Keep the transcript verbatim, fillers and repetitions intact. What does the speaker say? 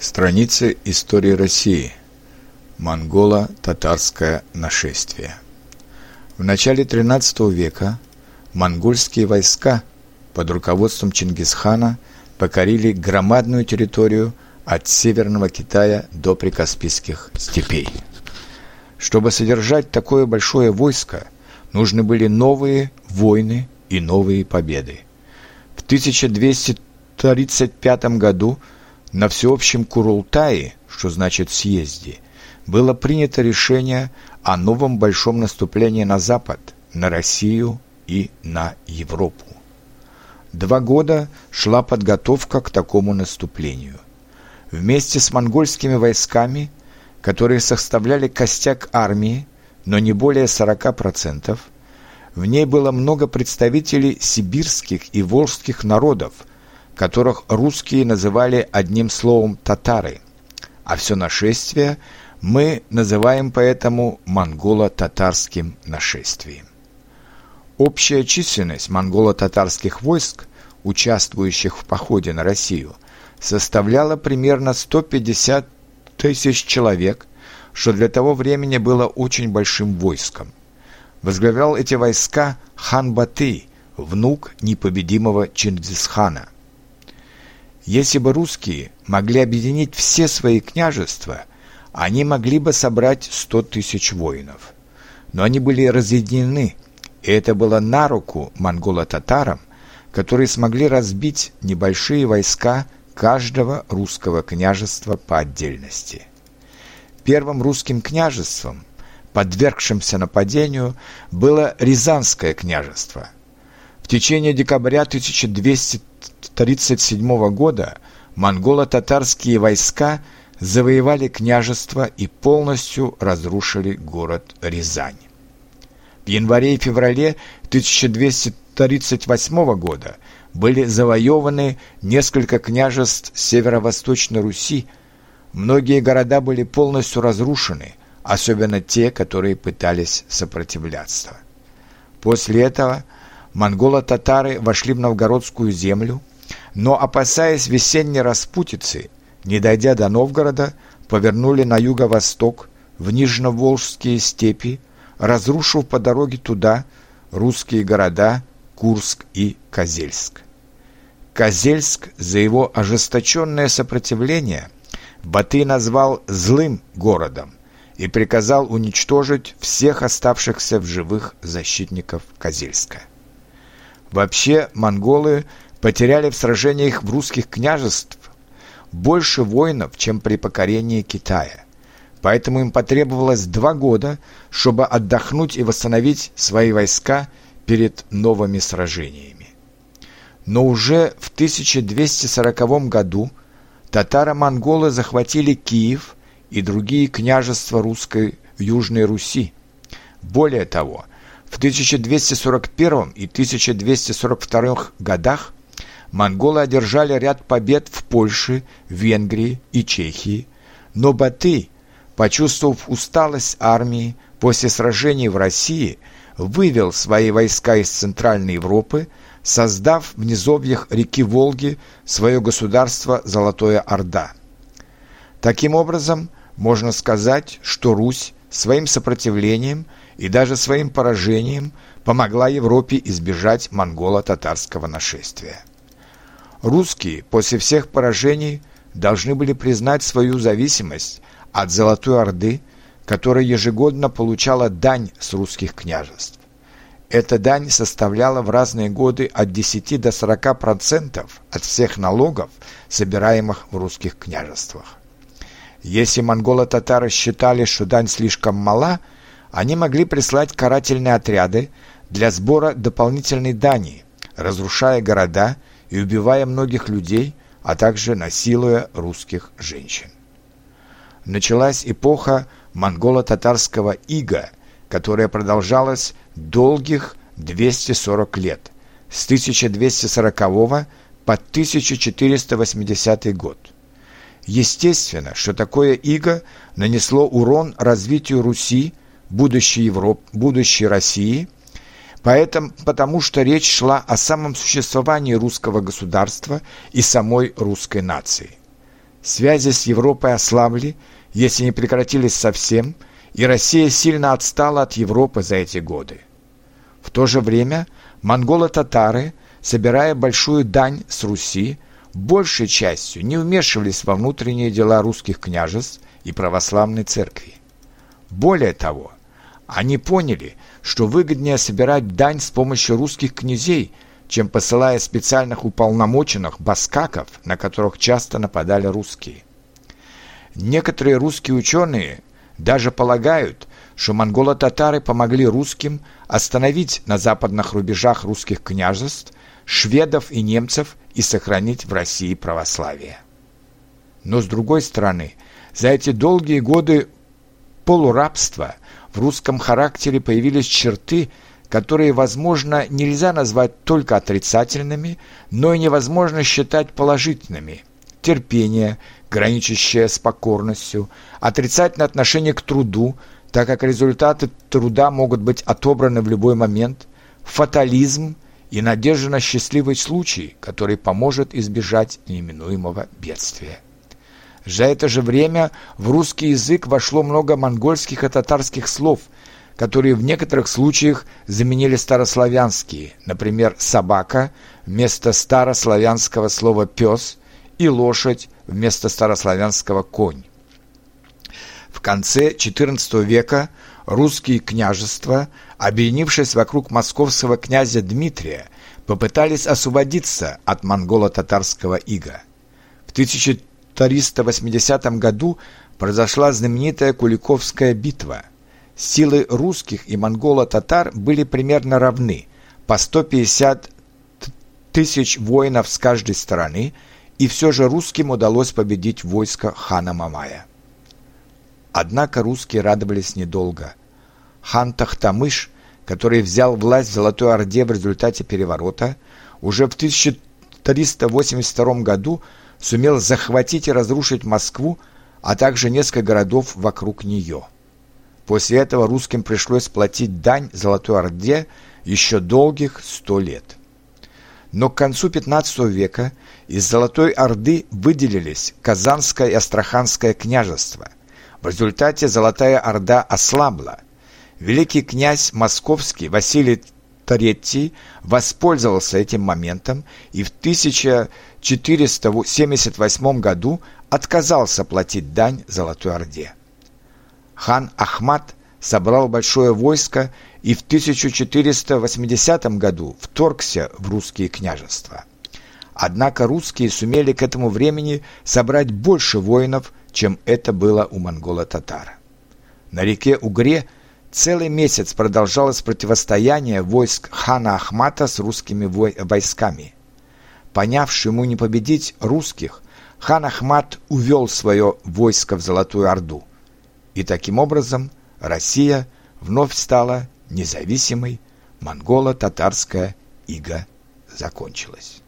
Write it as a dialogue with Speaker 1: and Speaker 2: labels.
Speaker 1: Страницы истории России. Монголо-татарское нашествие. В начале тринадцатого века монгольские войска под руководством Чингисхана покорили громадную территорию от Северного Китая до Прикаспийских степей. Чтобы содержать такое большое войско, нужны были новые войны и новые победы. В тысяча двести тридцать пятом году на всеобщем Курултае, что значит съезде, было принято решение о новом большом наступлении на Запад, на Россию и на Европу. Два года шла подготовка к такому наступлению. Вместе с монгольскими войсками, которые составляли костяк армии, но не более сорока процентов, в ней было много представителей сибирских и волжских народов, которых русские называли одним словом «татары», а все нашествие мы называем поэтому монголо-татарским нашествием. Общая численность монголо-татарских войск, участвующих в походе на Россию, составляла примерно сто пятьдесят тысяч человек, что для того времени было очень большим войском. Возглавлял эти войска хан Батый, внук непобедимого Чингисхана. Если бы русские могли объединить все свои княжества, они могли бы собрать сто тысяч воинов. Но они были разъединены, и это было на руку монголо-татарам, которые смогли разбить небольшие войска каждого русского княжества по отдельности. Первым русским княжеством, подвергшимся нападению, было Рязанское княжество. В течение декабря тысяча двести тридцать седьмого года монголо-татарские войска завоевали княжество и полностью разрушили город Рязань. В январе и феврале тысяча двести тридцать восьмого года были завоеваны несколько княжеств Северо-Восточной Руси. Многие города были полностью разрушены, особенно те, которые пытались сопротивляться. После этого монголо-татары вошли в новгородскую землю, но, опасаясь весенней распутицы, не дойдя до Новгорода, повернули на юго-восток, в Нижневолжские степи, разрушив по дороге туда русские города Курск и Козельск. Козельск за его ожесточенное сопротивление Батый назвал «злым городом» и приказал уничтожить всех оставшихся в живых защитников Козельска. Вообще, монголы потеряли в сражениях в русских княжествах больше воинов, чем при покорении Китая. Поэтому им потребовалось два года, чтобы отдохнуть и восстановить свои войска перед новыми сражениями. Но уже в тысяча двести сороковом году татаро-монголы захватили Киев и другие княжества русской Южной Руси. Более того, в тысяча двести сорок первом и тысяча двести сорок втором годах монголы одержали ряд побед в Польше, Венгрии и Чехии, но Батый, почувствовав усталость армии после сражений в России, вывел свои войска из Центральной Европы, создав в низовьях реки Волги свое государство Золотое Орда. Таким образом, можно сказать, что Русь своим сопротивлением и даже своим поражением помогла Европе избежать монголо-татарского нашествия. Русские после всех поражений должны были признать свою зависимость от Золотой Орды, которая ежегодно получала дань с русских княжеств. Эта дань составляла в разные годы от десяти до сорока процентов от всех налогов, собираемых в русских княжествах. Если монголо-татары считали, что дань слишком мала, они могли прислать карательные отряды для сбора дополнительной дани, разрушая города и убивая многих людей, а также насилуя русских женщин. Началась эпоха монголо-татарского ига, которая продолжалась долгих двести сорок лет, с тысяча двести сорокового по тысяча четыреста восьмидесятый год. Естественно, что такое иго нанесло урон развитию Руси, будущей Европы, будущей России, поэтому, потому что речь шла о самом существовании русского государства и самой русской нации. Связи с Европой ослабли, если не прекратились совсем, и Россия сильно отстала от Европы за эти годы. В то же время монголо-татары, собирая большую дань с Руси, большей частью не вмешивались во внутренние дела русских княжеств и православной церкви. Более того, они поняли, что выгоднее собирать дань с помощью русских князей, чем посылая специальных уполномоченных баскаков, на которых часто нападали русские. Некоторые русские ученые даже полагают, что монголо-татары помогли русским остановить на западных рубежах русских княжеств шведов и немцев и сохранить в России православие. Но с другой стороны, за эти долгие годы полурабства в русском характере появились черты, которые, возможно, нельзя назвать только отрицательными, но и невозможно считать положительными. Терпение, граничащее с покорностью, отрицательное отношение к труду, так как результаты труда могут быть отобраны в любой момент, фатализм и надежда на счастливый случай, который поможет избежать неминуемого бедствия. За это же время в русский язык вошло много монгольских и татарских слов, которые в некоторых случаях заменили старославянские, например, «собака» вместо старославянского слова «пес» и «лошадь» вместо старославянского «конь». В конце четырнадцатого века русские княжества, объединившись вокруг московского князя Дмитрия, попытались освободиться от монголо-татарского ига. В тысяча триста восьмидесятом году произошла знаменитая Куликовская битва. Силы русских и монголо-татар были примерно равны, по сто пятьдесят тысяч воинов с каждой стороны, и все же русским удалось победить войско хана Мамая. Однако русские радовались недолго. Хан Тохтамыш, который взял власть в Золотой Орде в результате переворота, уже в тысяча триста восемьдесят втором году сумел захватить и разрушить Москву, а также несколько городов вокруг нее. После этого русским пришлось платить дань Золотой Орде еще долгих сто лет. Но к концу пятнадцатого века из Золотой Орды выделились Казанское и Астраханское княжества. В результате Золотая Орда ослабла. Великий князь Московский Василий Третий воспользовался этим моментом и в тысяча четыреста семьдесят восьмом году отказался платить дань Золотой Орде. Хан Ахмат собрал большое войско и в тысяча четыреста восьмидесятом году вторгся в русские княжества. Однако русские сумели к этому времени собрать больше воинов, чем это было у монголо-татар. На реке Угре целый месяц продолжалось противостояние войск хана Ахмата с русскими войсками. Поняв, что ему не победить русских, хан Ахмат увел свое войско в Золотую Орду. И таким образом Россия вновь стала независимой, монголо-татарская ига закончилась.